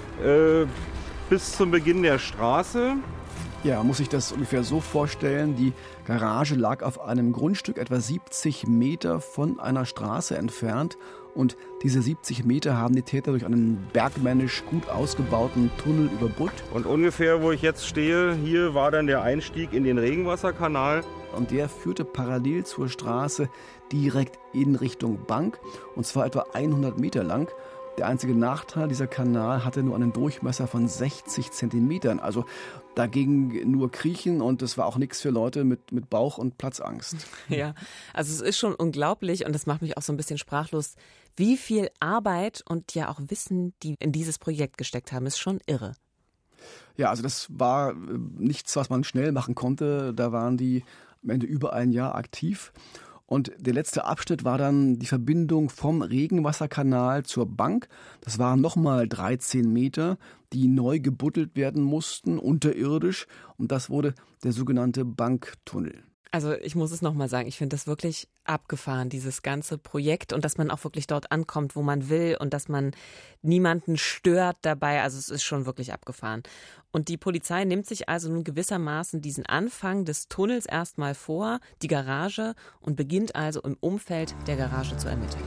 bis zum Beginn der Straße. Ja, muss ich das ungefähr so vorstellen, die Garage lag auf einem Grundstück etwa 70 Meter von einer Straße entfernt und diese 70 Meter haben die Täter durch einen bergmännisch gut ausgebauten Tunnel überbrückt. Und ungefähr, wo ich jetzt stehe, hier war dann der Einstieg in den Regenwasserkanal. Und der führte parallel zur Straße direkt in Richtung Bank und zwar etwa 100 Meter lang. Der einzige Nachteil, dieser Kanal hatte nur einen Durchmesser von 60 Zentimetern. Also da ging nur Kriechen und das war auch nichts für Leute mit Bauch- und Platzangst. Ja, also es ist schon unglaublich und das macht mich auch so ein bisschen sprachlos. Wie viel Arbeit und ja auch Wissen, die in dieses Projekt gesteckt haben, ist schon irre. Ja, also das war nichts, was man schnell machen konnte. Da waren die am Ende über ein Jahr aktiv. Und der letzte Abschnitt war dann die Verbindung vom Regenwasserkanal zur Bank. Das waren nochmal 13 Meter, die neu gebuddelt werden mussten, unterirdisch. Und das wurde der sogenannte Banktunnel. Also ich muss es nochmal sagen, ich finde das wirklich abgefahren, dieses ganze Projekt und dass man auch wirklich dort ankommt, wo man will und dass man niemanden stört dabei. Also es ist schon wirklich abgefahren. Und die Polizei nimmt sich also nun gewissermaßen diesen Anfang des Tunnels erstmal vor, die Garage, und beginnt also im Umfeld der Garage zu ermitteln.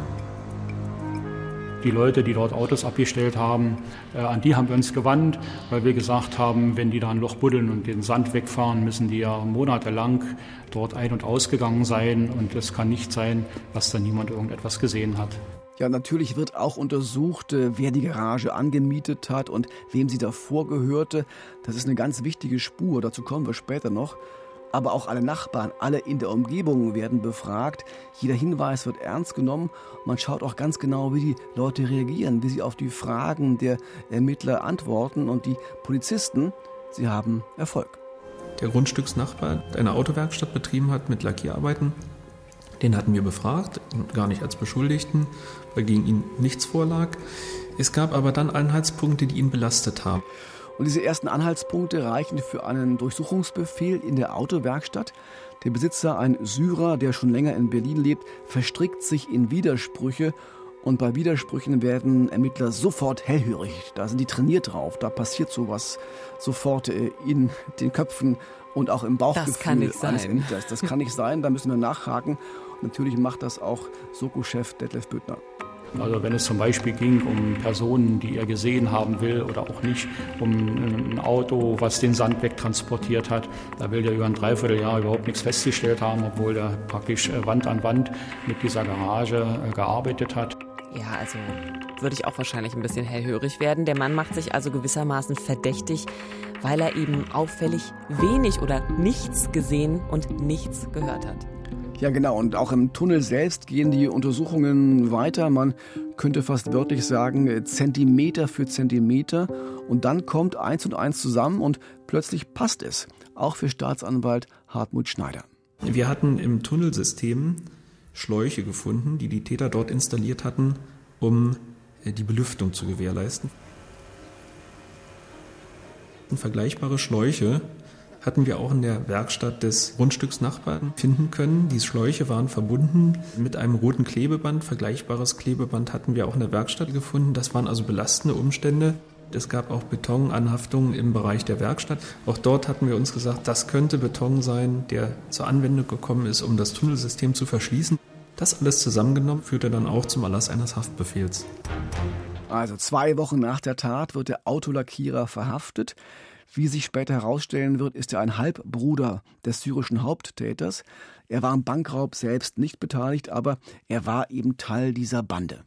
Die Leute, die dort Autos abgestellt haben, an die haben wir uns gewandt, weil wir gesagt haben, wenn die da ein Loch buddeln und den Sand wegfahren, müssen die ja monatelang dort ein- und ausgegangen sein. Und es kann nicht sein, dass da niemand irgendetwas gesehen hat. Ja, natürlich wird auch untersucht, wer die Garage angemietet hat und wem sie davor gehörte. Das ist eine ganz wichtige Spur, dazu kommen wir später noch. Aber auch alle Nachbarn, alle in der Umgebung werden befragt. Jeder Hinweis wird ernst genommen. Man schaut auch ganz genau, wie die Leute reagieren, wie sie auf die Fragen der Ermittler antworten. Und die Polizisten, sie haben Erfolg. Der Grundstücksnachbar, der eine Autowerkstatt betrieben hat mit Lackierarbeiten, den hatten wir befragt, gar nicht als Beschuldigten, weil gegen ihn nichts vorlag. Es gab aber dann Anhaltspunkte, die ihn belastet haben. Und diese ersten Anhaltspunkte reichen für einen Durchsuchungsbefehl in der Autowerkstatt. Der Besitzer, ein Syrer, der schon länger in Berlin lebt, verstrickt sich in Widersprüche. Und bei Widersprüchen werden Ermittler sofort hellhörig. Da sind die trainiert drauf. Da passiert sowas sofort in den Köpfen und auch im Bauchgefühl. Das kann nicht sein. Eines Ermittlers. Das kann nicht sein. Da müssen wir nachhaken. Und natürlich macht das auch Soko-Chef Detlef Büttner. Also wenn es zum Beispiel ging um Personen, die er gesehen haben will oder auch nicht, um ein Auto, was den Sand wegtransportiert hat, da will der über ein Dreivierteljahr überhaupt nichts festgestellt haben, obwohl der praktisch Wand an Wand mit dieser Garage gearbeitet hat. Ja, also würde ich auch wahrscheinlich ein bisschen hellhörig werden. Der Mann macht sich also gewissermaßen verdächtig, weil er eben auffällig wenig oder nichts gesehen und nichts gehört hat. Ja, genau. Und auch im Tunnel selbst gehen die Untersuchungen weiter. Man könnte fast wörtlich sagen, Zentimeter für Zentimeter. Und dann kommt 1 und 1 zusammen und plötzlich passt es. Auch für Staatsanwalt Hartmut Schneider. Wir hatten im Tunnelsystem Schläuche gefunden, die die Täter dort installiert hatten, um die Belüftung zu gewährleisten. Vergleichbare Schläuche hatten wir auch in der Werkstatt des Grundstücksnachbarn finden können. Die Schläuche waren verbunden mit einem roten Klebeband. Vergleichbares Klebeband hatten wir auch in der Werkstatt gefunden. Das waren also belastende Umstände. Es gab auch Betonanhaftungen im Bereich der Werkstatt. Auch dort hatten wir uns gesagt, das könnte Beton sein, der zur Anwendung gekommen ist, um das Tunnelsystem zu verschließen. Das alles zusammengenommen führte dann auch zum Erlass eines Haftbefehls. Also 2 Wochen nach der Tat wird der Autolackierer verhaftet. Wie sich später herausstellen wird, ist er ein Halbbruder des syrischen Haupttäters. Er war am Bankraub selbst nicht beteiligt, aber er war eben Teil dieser Bande.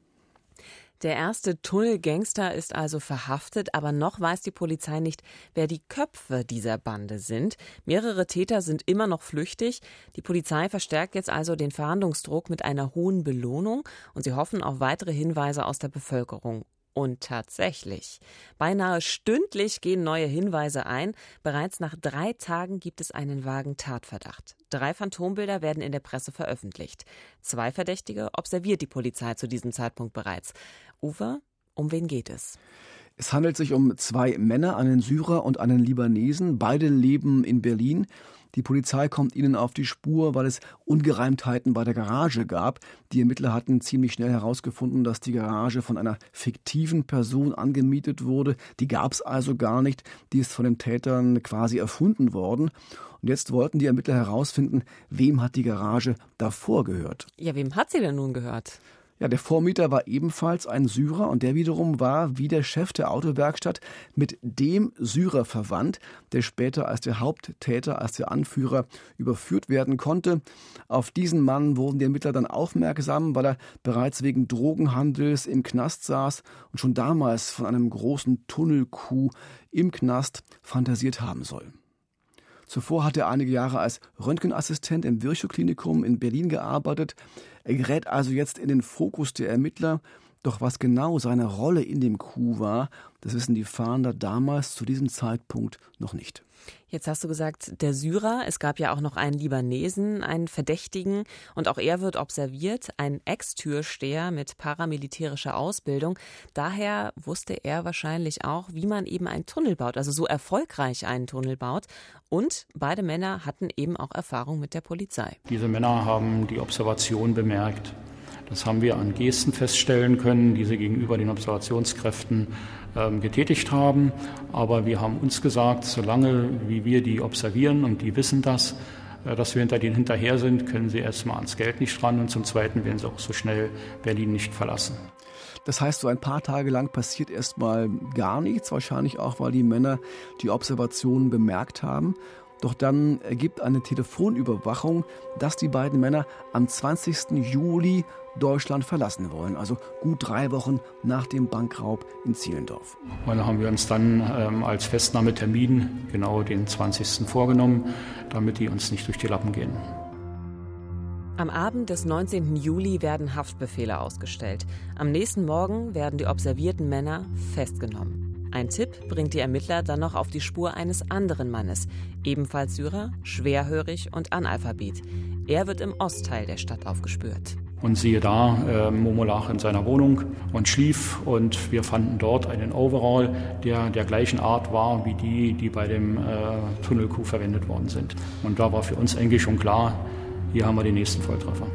Der erste Tunnelgangster ist also verhaftet, aber noch weiß die Polizei nicht, wer die Köpfe dieser Bande sind. Mehrere Täter sind immer noch flüchtig. Die Polizei verstärkt jetzt also den Fahndungsdruck mit einer hohen Belohnung und sie hoffen auf weitere Hinweise aus der Bevölkerung. Und tatsächlich, beinahe stündlich gehen neue Hinweise ein. Bereits nach 3 Tagen gibt es einen vagen Tatverdacht. 3 Phantombilder werden in der Presse veröffentlicht. 2 Verdächtige observiert die Polizei zu diesem Zeitpunkt bereits. Uwe, um wen geht es? Es handelt sich um 2 Männer, einen Syrer und einen Libanesen. Beide leben in Berlin. Die Polizei kommt ihnen auf die Spur, weil es Ungereimtheiten bei der Garage gab. Die Ermittler hatten ziemlich schnell herausgefunden, dass die Garage von einer fiktiven Person angemietet wurde. Die gab es also gar nicht. Die ist von den Tätern quasi erfunden worden. Und jetzt wollten die Ermittler herausfinden, wem hat die Garage davor gehört. Ja, wem hat sie denn nun gehört? Ja, der Vormieter war ebenfalls ein Syrer und der wiederum war, wie der Chef der Autowerkstatt, mit dem Syrer verwandt, der später als der Haupttäter, als der Anführer überführt werden konnte. Auf diesen Mann wurden die Ermittler dann aufmerksam, weil er bereits wegen Drogenhandels im Knast saß und schon damals von einem großen Tunnelcoup im Knast fantasiert haben soll. Zuvor hat er einige Jahre als Röntgenassistent im Virchow-Klinikum in Berlin gearbeitet. Er gerät also jetzt in den Fokus der Ermittler. Doch was genau seine Rolle in dem Coup war, das wissen die Fahnder damals zu diesem Zeitpunkt noch nicht. Jetzt hast du gesagt, der Syrer, es gab ja auch noch einen Libanesen, einen Verdächtigen und auch er wird observiert, ein Ex-Türsteher mit paramilitärischer Ausbildung. Daher wusste er wahrscheinlich auch, wie man eben einen Tunnel baut, also so erfolgreich einen Tunnel baut. Und beide Männer hatten eben auch Erfahrung mit der Polizei. Diese Männer haben die Observation bemerkt. Das haben wir an Gesten feststellen können, die sie gegenüber den Observationskräften getätigt haben. Aber wir haben uns gesagt, solange wie wir die observieren und die wissen das, dass wir hinter denen hinterher sind, können sie erstmal ans Geld nicht ran und zum Zweiten werden sie auch so schnell Berlin nicht verlassen. Das heißt, so ein paar Tage lang passiert erstmal gar nichts, wahrscheinlich auch, weil die Männer die Observationen bemerkt haben. Doch dann ergibt eine Telefonüberwachung, dass die beiden Männer am 20. Juli Deutschland verlassen wollen, also gut 3 Wochen nach dem Bankraub in Zehlendorf. Und da haben wir uns dann als Festnahmetermin genau den 20. vorgenommen, damit die uns nicht durch die Lappen gehen. Am Abend des 19. Juli werden Haftbefehle ausgestellt. Am nächsten Morgen werden die observierten Männer festgenommen. Ein Tipp bringt die Ermittler dann noch auf die Spur eines anderen Mannes, ebenfalls Syrer, schwerhörig und Analphabet. Er wird im Ostteil der Stadt aufgespürt. Und siehe da, Momo lag in seiner Wohnung und schlief und wir fanden dort einen Overall, der der gleichen Art war wie die bei dem Tunnelcoup verwendet worden sind. Und da war für uns eigentlich schon klar, hier haben wir den nächsten Volltreffer.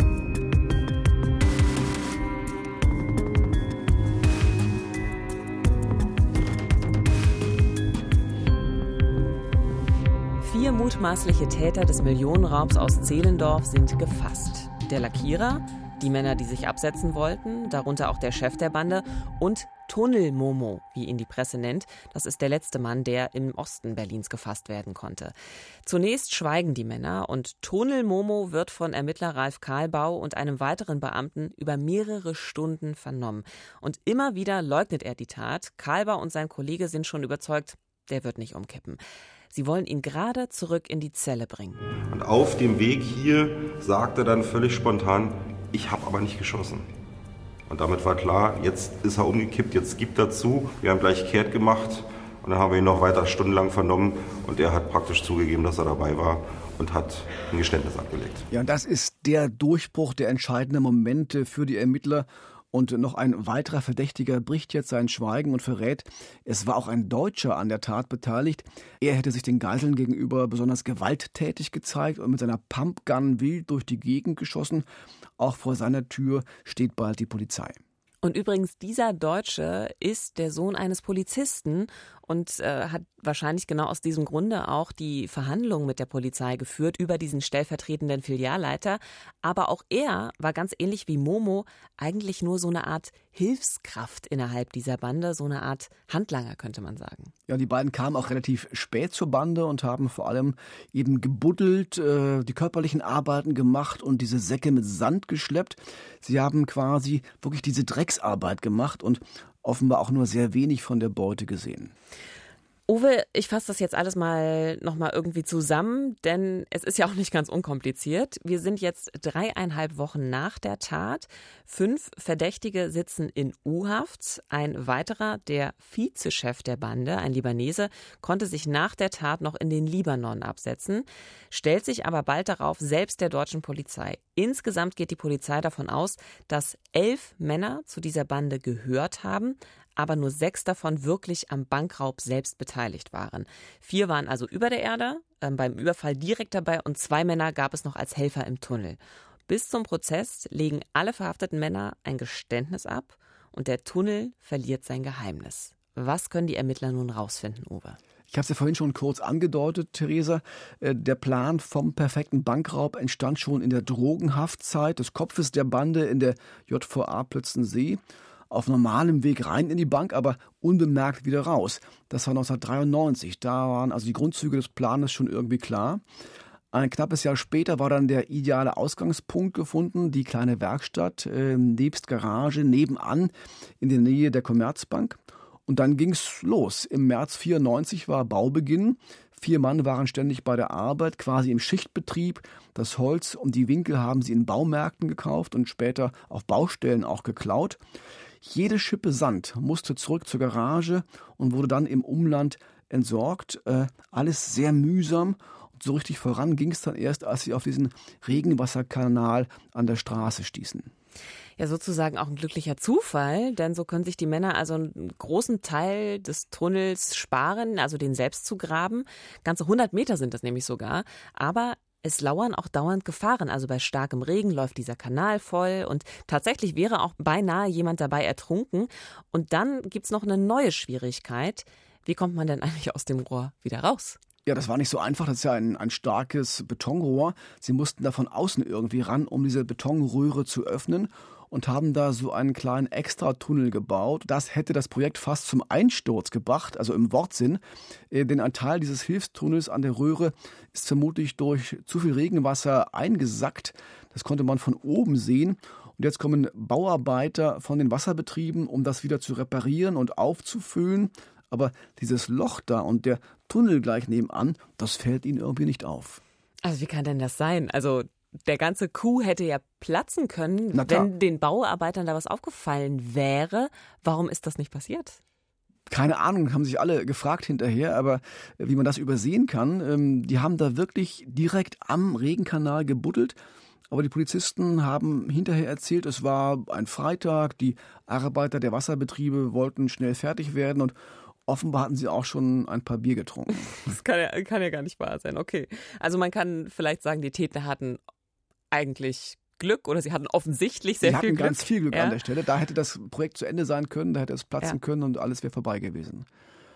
Vier mutmaßliche Täter des Millionenraubs aus Zehlendorf sind gefasst. Der Lackierer, die Männer, die sich absetzen wollten, darunter auch der Chef der Bande und Tunnel-Momo, wie ihn die Presse nennt. Das ist der letzte Mann, der im Osten Berlins gefasst werden konnte. Zunächst schweigen die Männer und Tunnel-Momo wird von Ermittler Ralf Kahlbau und einem weiteren Beamten über mehrere Stunden vernommen. Und immer wieder leugnet er die Tat. Kahlbau und sein Kollege sind schon überzeugt, der wird nicht umkippen. Sie wollen ihn gerade zurück in die Zelle bringen. Und auf dem Weg hier sagt er dann völlig spontan, ich habe aber nicht geschossen. Und damit war klar, jetzt ist er umgekippt, jetzt gibt er zu. Wir haben gleich kehrt gemacht und dann haben wir ihn noch weiter stundenlang vernommen und er hat praktisch zugegeben, dass er dabei war und hat ein Geständnis abgelegt. Ja, und das ist der Durchbruch, der entscheidende Momente für die Ermittler. Und noch ein weiterer Verdächtiger bricht jetzt sein Schweigen und verrät, es war auch ein Deutscher an der Tat beteiligt. Er hätte sich den Geiseln gegenüber besonders gewalttätig gezeigt und mit seiner Pumpgun wild durch die Gegend geschossen. Auch vor seiner Tür steht bald die Polizei. Und übrigens, dieser Deutsche ist der Sohn eines Polizisten und hat wahrscheinlich genau aus diesem Grunde auch die Verhandlungen mit der Polizei geführt über diesen stellvertretenden Filialleiter. Aber auch er war ganz ähnlich wie Momo eigentlich nur so eine Art Hilfskraft innerhalb dieser Bande, so eine Art Handlanger, könnte man sagen. Ja, die beiden kamen auch relativ spät zur Bande und haben vor allem eben gebuddelt, die körperlichen Arbeiten gemacht und diese Säcke mit Sand geschleppt. Sie haben quasi wirklich diese Drecksarbeit gemacht und offenbar auch nur sehr wenig von der Beute gesehen. Uwe, ich fasse das jetzt alles nochmal irgendwie zusammen, denn es ist ja auch nicht ganz unkompliziert. Wir sind jetzt 3,5 Wochen nach der Tat. 5 Verdächtige sitzen in U-Haft. Ein weiterer, der Vizechef der Bande, ein Libanese, konnte sich nach der Tat noch in den Libanon absetzen, stellt sich aber bald darauf selbst der deutschen Polizei. Insgesamt geht die Polizei davon aus, dass 11 Männer zu dieser Bande gehört haben, aber nur 6 davon wirklich am Bankraub selbst beteiligt waren. 4 waren also über der Erde, beim Überfall direkt dabei und 2 Männer gab es noch als Helfer im Tunnel. Bis zum Prozess legen alle verhafteten Männer ein Geständnis ab und der Tunnel verliert sein Geheimnis. Was können die Ermittler nun rausfinden, Uwe? Ich habe es ja vorhin schon kurz angedeutet, Theresa. Der Plan vom perfekten Bankraub entstand schon in der Drogenhaftzeit des Kopfes der Bande in der JVA Plötzensee. Auf normalem Weg rein in die Bank, aber unbemerkt wieder raus. Das war 1993. Da waren also die Grundzüge des Planes schon irgendwie klar. Ein knappes Jahr später war dann der ideale Ausgangspunkt gefunden, die kleine Werkstatt nebst Garage nebenan in der Nähe der Commerzbank. Und dann ging's los. Im März 1994 war Baubeginn. 4 Mann waren ständig bei der Arbeit, quasi im Schichtbetrieb. Das Holz und die Winkel haben sie in Baumärkten gekauft und später auf Baustellen auch geklaut. Jede Schippe Sand musste zurück zur Garage und wurde dann im Umland entsorgt. Alles sehr mühsam. Und so richtig voran ging es dann erst, als sie auf diesen Regenwasserkanal an der Straße stießen. Ja, sozusagen auch ein glücklicher Zufall, denn so können sich die Männer also einen großen Teil des Tunnels sparen, also den selbst zu graben. Ganze 100 Meter sind das nämlich sogar. Aber es lauern auch dauernd Gefahren. Also bei starkem Regen läuft dieser Kanal voll und tatsächlich wäre auch beinahe jemand dabei ertrunken. Und dann gibt's noch eine neue Schwierigkeit. Wie kommt man denn eigentlich aus dem Rohr wieder raus? Ja, das war nicht so einfach. Das ist ja ein starkes Betonrohr. Sie mussten da von außen irgendwie ran, um diese Betonröhre zu öffnen und haben da so einen kleinen Extratunnel gebaut. Das hätte das Projekt fast zum Einsturz gebracht, also im Wortsinn. Denn ein Teil dieses Hilfstunnels an der Röhre ist vermutlich durch zu viel Regenwasser eingesackt. Das konnte man von oben sehen. Und jetzt kommen Bauarbeiter von den Wasserbetrieben, um das wieder zu reparieren und aufzufüllen. Aber dieses Loch da und der Tunnel gleich nebenan, das fällt ihnen irgendwie nicht auf. Also wie kann denn das sein? Also der ganze Kuh hätte ja platzen können, wenn den Bauarbeitern da was aufgefallen wäre. Warum ist das nicht passiert? Keine Ahnung, haben sich alle gefragt hinterher, aber wie man das übersehen kann, die haben da wirklich direkt am Regenkanal gebuddelt. Aber die Polizisten haben hinterher erzählt, es war ein Freitag, die Arbeiter der Wasserbetriebe wollten schnell fertig werden und offenbar hatten sie auch schon ein paar Bier getrunken. Das kann ja gar nicht wahr sein, okay. Also man kann vielleicht sagen, die Täter hatten eigentlich Glück oder sie hatten offensichtlich sehr viel Glück. Sie hatten ganz viel Glück an der Stelle. Da hätte das Projekt zu Ende sein können, da hätte es platzen können und alles wäre vorbei gewesen.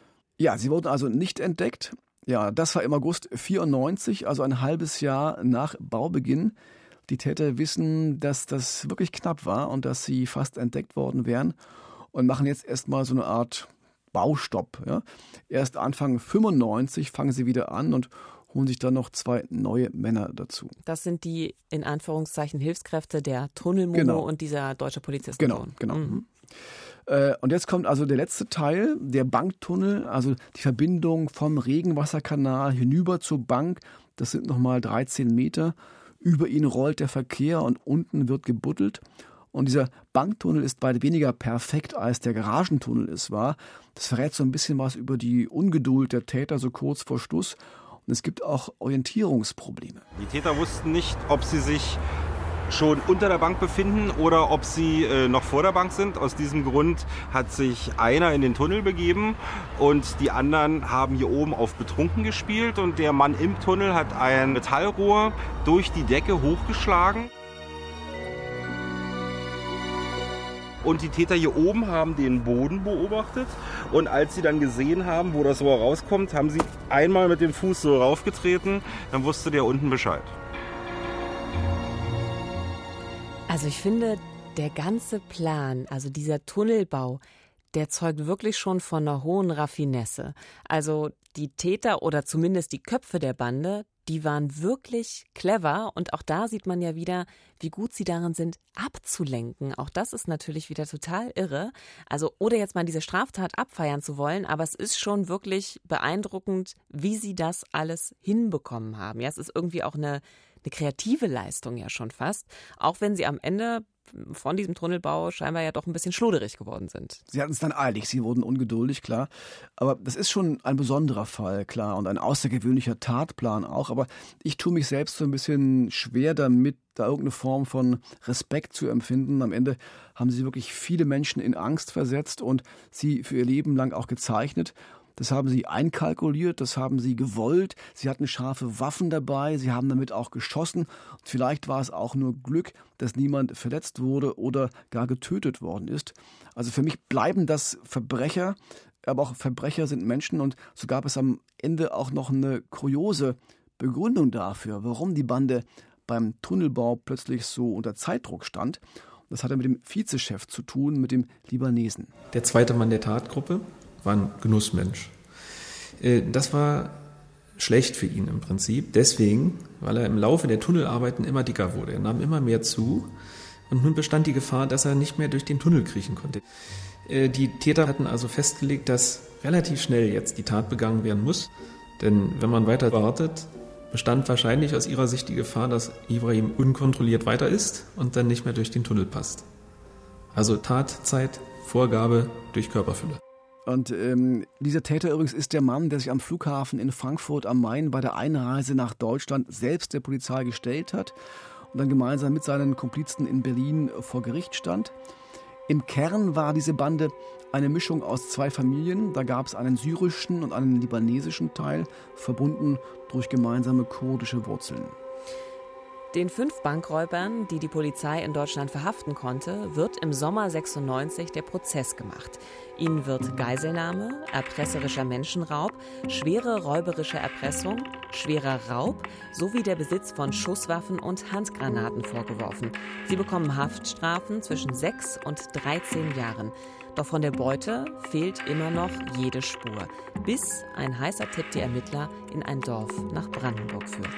Ja, sie wurden also nicht entdeckt. Ja, das war im August 1994, also ein halbes Jahr nach Baubeginn. Die Täter wissen, dass das wirklich knapp war und dass sie fast entdeckt worden wären und machen jetzt erstmal so eine Art Baustopp. Ja. Erst Anfang 1995 fangen sie wieder an und holen sich dann noch 2 neue Männer dazu. Das sind die, in Anführungszeichen, Hilfskräfte der Tunnelmono und dieser deutsche Polizist. Genau. Mhm. Und jetzt kommt also der letzte Teil, der Banktunnel, also die Verbindung vom Regenwasserkanal hinüber zur Bank. Das sind nochmal 13 Meter. Über ihn rollt der Verkehr und unten wird gebuddelt. Und dieser Banktunnel ist weit weniger perfekt, als der Garagentunnel es war. Das verrät so ein bisschen was über die Ungeduld der Täter so kurz vor Schluss. Und es gibt auch Orientierungsprobleme. Die Täter wussten nicht, ob sie sich schon unter der Bank befinden oder ob sie noch vor der Bank sind. Aus diesem Grund hat sich einer in den Tunnel begeben und die anderen haben hier oben auf betrunken gespielt. Und der Mann im Tunnel hat ein Metallrohr durch die Decke hochgeschlagen. Und die Täter hier oben haben den Boden beobachtet. Und als sie dann gesehen haben, wo das Rohr rauskommt, haben sie einmal mit dem Fuß so raufgetreten. Dann wusste der unten Bescheid. Also ich finde, der ganze Plan, also dieser Tunnelbau, der zeugt wirklich schon von einer hohen Raffinesse. Also die Täter oder zumindest die Köpfe der Bande, die waren wirklich clever. Und auch da sieht man ja wieder, wie gut sie darin sind, abzulenken. Auch das ist natürlich wieder total irre. Also ohne jetzt mal diese Straftat abfeiern zu wollen, aber es ist schon wirklich beeindruckend, wie sie das alles hinbekommen haben. Ja, es ist irgendwie auch eine kreative Leistung ja schon fast, auch wenn sie am Ende von diesem Tunnelbau scheinbar ja doch ein bisschen schluderig geworden sind. Sie hatten es dann eilig, sie wurden ungeduldig, klar. Aber das ist schon ein besonderer Fall, klar, und ein außergewöhnlicher Tatplan auch. Aber ich tue mich selbst so ein bisschen schwer damit, da irgendeine Form von Respekt zu empfinden. Am Ende haben sie wirklich viele Menschen in Angst versetzt und sie für ihr Leben lang auch gezeichnet. Das haben sie einkalkuliert, das haben sie gewollt. Sie hatten scharfe Waffen dabei, sie haben damit auch geschossen. Und vielleicht war es auch nur Glück, dass niemand verletzt wurde oder gar getötet worden ist. Also für mich bleiben das Verbrecher, aber auch Verbrecher sind Menschen. Und so gab es am Ende auch noch eine kuriose Begründung dafür, warum die Bande beim Tunnelbau plötzlich so unter Zeitdruck stand. Das hatte mit dem Vizechef zu tun, mit dem Libanesen. Der zweite Mann der Tatgruppe war ein Genussmensch. Das war schlecht für ihn im Prinzip, deswegen, weil er im Laufe der Tunnelarbeiten immer dicker wurde. Er nahm immer mehr zu und nun bestand die Gefahr, dass er nicht mehr durch den Tunnel kriechen konnte. Die Täter hatten also festgelegt, dass relativ schnell jetzt die Tat begangen werden muss, denn wenn man weiter wartet, bestand wahrscheinlich aus ihrer Sicht die Gefahr, dass Ibrahim unkontrolliert weiter isst und dann nicht mehr durch den Tunnel passt. Also Tatzeit, Vorgabe durch Körperfülle. Und dieser Täter übrigens ist der Mann, der sich am Flughafen in Frankfurt am Main bei der Einreise nach Deutschland selbst der Polizei gestellt hat und dann gemeinsam mit seinen Komplizen in Berlin vor Gericht stand. Im Kern war diese Bande eine Mischung aus zwei Familien. Da gab es einen syrischen und einen libanesischen Teil, verbunden durch gemeinsame kurdische Wurzeln. Den 5 Bankräubern, die die Polizei in Deutschland verhaften konnte, wird im Sommer 96 der Prozess gemacht. Ihnen wird Geiselnahme, erpresserischer Menschenraub, schwere räuberische Erpressung, schwerer Raub sowie der Besitz von Schusswaffen und Handgranaten vorgeworfen. Sie bekommen Haftstrafen zwischen 6 und 13 Jahren. Doch von der Beute fehlt immer noch jede Spur, bis ein heißer Tipp die Ermittler in ein Dorf nach Brandenburg führt.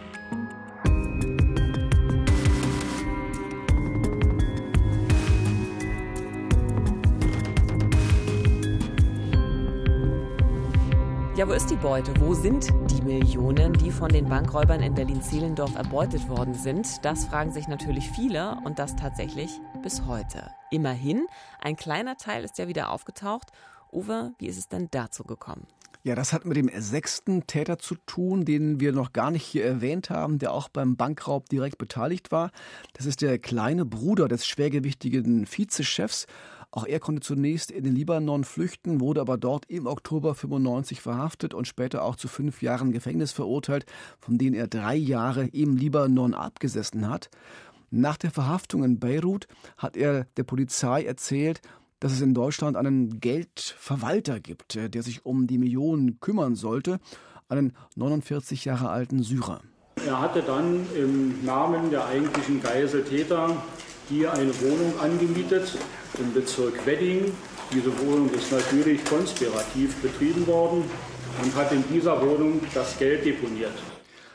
Ja, wo ist die Beute? Wo sind die Millionen, die von den Bankräubern in Berlin-Zehlendorf erbeutet worden sind? Das fragen sich natürlich viele und das tatsächlich bis heute. Immerhin, ein kleiner Teil ist ja wieder aufgetaucht. Uwe, wie ist es denn dazu gekommen? Ja, das hat mit dem 6. Täter zu tun, den wir noch gar nicht hier erwähnt haben, der auch beim Bankraub direkt beteiligt war. Das ist der kleine Bruder des schwergewichtigen Vizechefs. Auch er konnte zunächst in den Libanon flüchten, wurde aber dort im Oktober 95 verhaftet und später auch zu 5 Jahren Gefängnis verurteilt, von denen er 3 Jahre im Libanon abgesessen hat. Nach der Verhaftung in Beirut hat er der Polizei erzählt, dass es in Deutschland einen Geldverwalter gibt, der sich um die Millionen kümmern sollte, einen 49 Jahre alten Syrer. Er hatte dann im Namen der eigentlichen Geiseltäter hier eine Wohnung angemietet im Bezirk Wedding. Diese Wohnung ist natürlich konspirativ betrieben worden und hat in dieser Wohnung das Geld deponiert.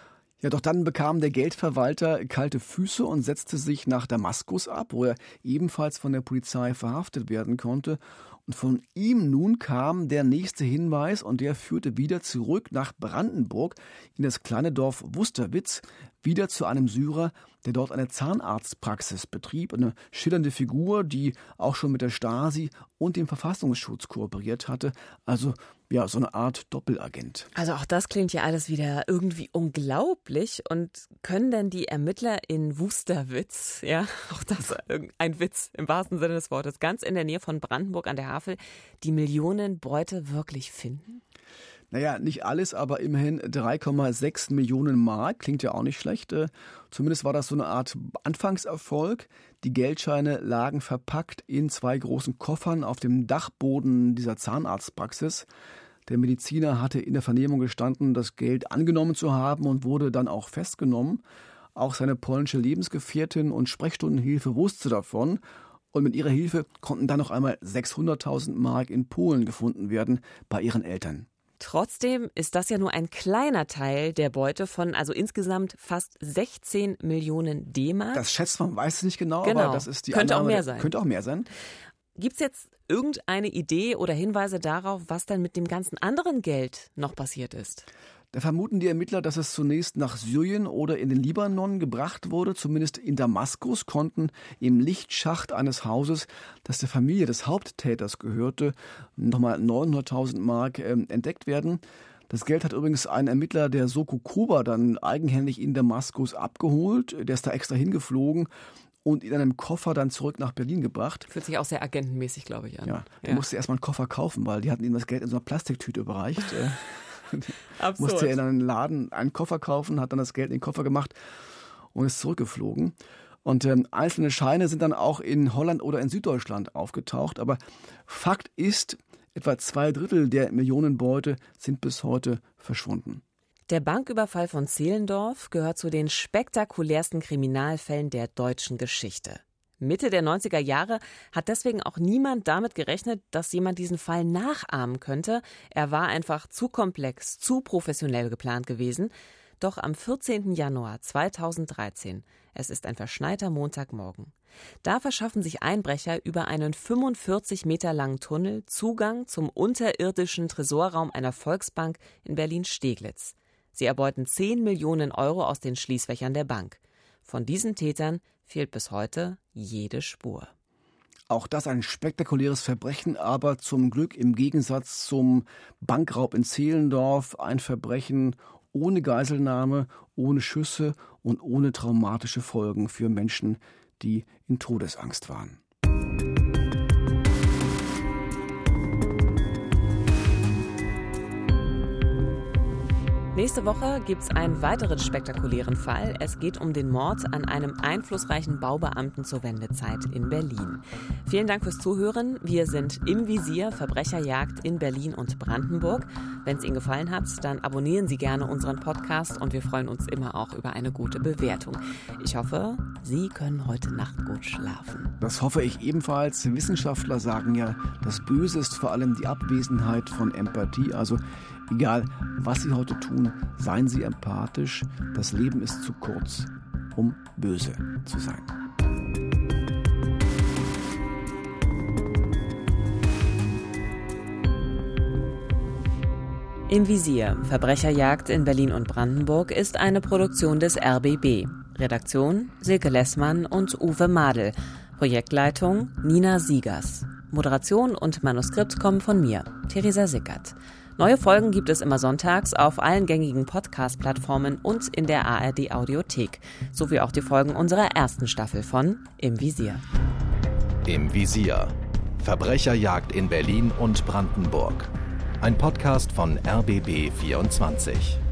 Ja, doch dann bekam der Geldverwalter kalte Füße und setzte sich nach Damaskus ab, wo er ebenfalls von der Polizei verhaftet werden konnte. Und von ihm nun kam der nächste Hinweis und der führte wieder zurück nach Brandenburg in das kleine Dorf Wusterwitz, wieder zu einem Syrer, der dort eine Zahnarztpraxis betrieb. Eine schillernde Figur, die auch schon mit der Stasi und dem Verfassungsschutz kooperiert hatte. Also ja, so eine Art Doppelagent. Also auch das klingt ja alles wieder irgendwie unglaublich. Und können denn die Ermittler in Wusterwitz, ja, auch das ein Witz im wahrsten Sinne des Wortes, ganz in der Nähe von Brandenburg an der Havel, die Millionenbeute wirklich finden? Naja, nicht alles, aber immerhin 3,6 Millionen Mark. Klingt ja auch nicht schlecht. Zumindest war das so eine Art Anfangserfolg. Die Geldscheine lagen verpackt in 2 großen Koffern auf dem Dachboden dieser Zahnarztpraxis. Der Mediziner hatte in der Vernehmung gestanden, das Geld angenommen zu haben und wurde dann auch festgenommen. Auch seine polnische Lebensgefährtin und Sprechstundenhilfe wusste davon. Und mit ihrer Hilfe konnten dann noch einmal 600.000 Mark in Polen gefunden werden bei ihren Eltern. Trotzdem ist das ja nur ein kleiner Teil der Beute von also insgesamt fast 16 Millionen D-Mark. Das schätzt man, weiß es nicht genau, aber das ist die Könnte Annahme. Auch mehr sein. Könnte auch mehr sein. Gibt es jetzt irgendeine Idee oder Hinweise darauf, was dann mit dem ganzen anderen Geld noch passiert ist? Da vermuten die Ermittler, dass es zunächst nach Syrien oder in den Libanon gebracht wurde. Zumindest in Damaskus konnten im Lichtschacht eines Hauses, das der Familie des Haupttäters gehörte, nochmal 900.000 Mark entdeckt werden. Das Geld hat übrigens ein Ermittler der Soko Koba dann eigenhändig in Damaskus abgeholt. Der ist da extra hingeflogen und in einem Koffer dann zurück nach Berlin gebracht. Fühlt sich auch sehr agentenmäßig, glaube ich, an. Ja, der musste erstmal einen Koffer kaufen, weil die hatten ihm das Geld in so einer Plastiktüte überreicht. Musste er in einen Laden einen Koffer kaufen, hat dann das Geld in den Koffer gemacht und ist zurückgeflogen. Und einzelne Scheine sind dann auch in Holland oder in Süddeutschland aufgetaucht. Aber Fakt ist, etwa 2/3 der Millionenbeute sind bis heute verschwunden. Der Banküberfall von Zehlendorf gehört zu den spektakulärsten Kriminalfällen der deutschen Geschichte. Mitte der 90er Jahre hat deswegen auch niemand damit gerechnet, dass jemand diesen Fall nachahmen könnte. Er war einfach zu komplex, zu professionell geplant gewesen. Doch am 14. Januar 2013, es ist ein verschneiter Montagmorgen, da verschaffen sich Einbrecher über einen 45 Meter langen Tunnel Zugang zum unterirdischen Tresorraum einer Volksbank in Berlin-Steglitz. Sie erbeuten 10 Millionen Euro aus den Schließfächern der Bank. Von diesen Tätern fehlt bis heute jede Spur. Auch das ein spektakuläres Verbrechen, aber zum Glück im Gegensatz zum Bankraub in Zehlendorf ein Verbrechen ohne Geiselnahme, ohne Schüsse und ohne traumatische Folgen für Menschen, die in Todesangst waren. Nächste Woche gibt's einen weiteren spektakulären Fall. Es geht um den Mord an einem einflussreichen Baubeamten zur Wendezeit in Berlin. Vielen Dank fürs Zuhören. Wir sind im Visier, Verbrecherjagd in Berlin und Brandenburg. Wenn es Ihnen gefallen hat, dann abonnieren Sie gerne unseren Podcast und wir freuen uns immer auch über eine gute Bewertung. Ich hoffe, Sie können heute Nacht gut schlafen. Das hoffe ich ebenfalls. Wissenschaftler sagen ja, das Böse ist vor allem die Abwesenheit von Empathie. Also egal, was Sie heute tun, seien Sie empathisch. Das Leben ist zu kurz, um böse zu sein. Im Visier, Verbrecherjagd in Berlin und Brandenburg ist eine Produktion des RBB. Redaktion Silke Lessmann und Uwe Madel. Projektleitung Nina Siegers. Moderation und Manuskript kommen von mir, Theresa Sickert. Neue Folgen gibt es immer sonntags auf allen gängigen Podcast-Plattformen und in der ARD-Audiothek, sowie auch die Folgen unserer ersten Staffel von Im Visier. Im Visier. Verbrecherjagd in Berlin und Brandenburg. Ein Podcast von RBB 24.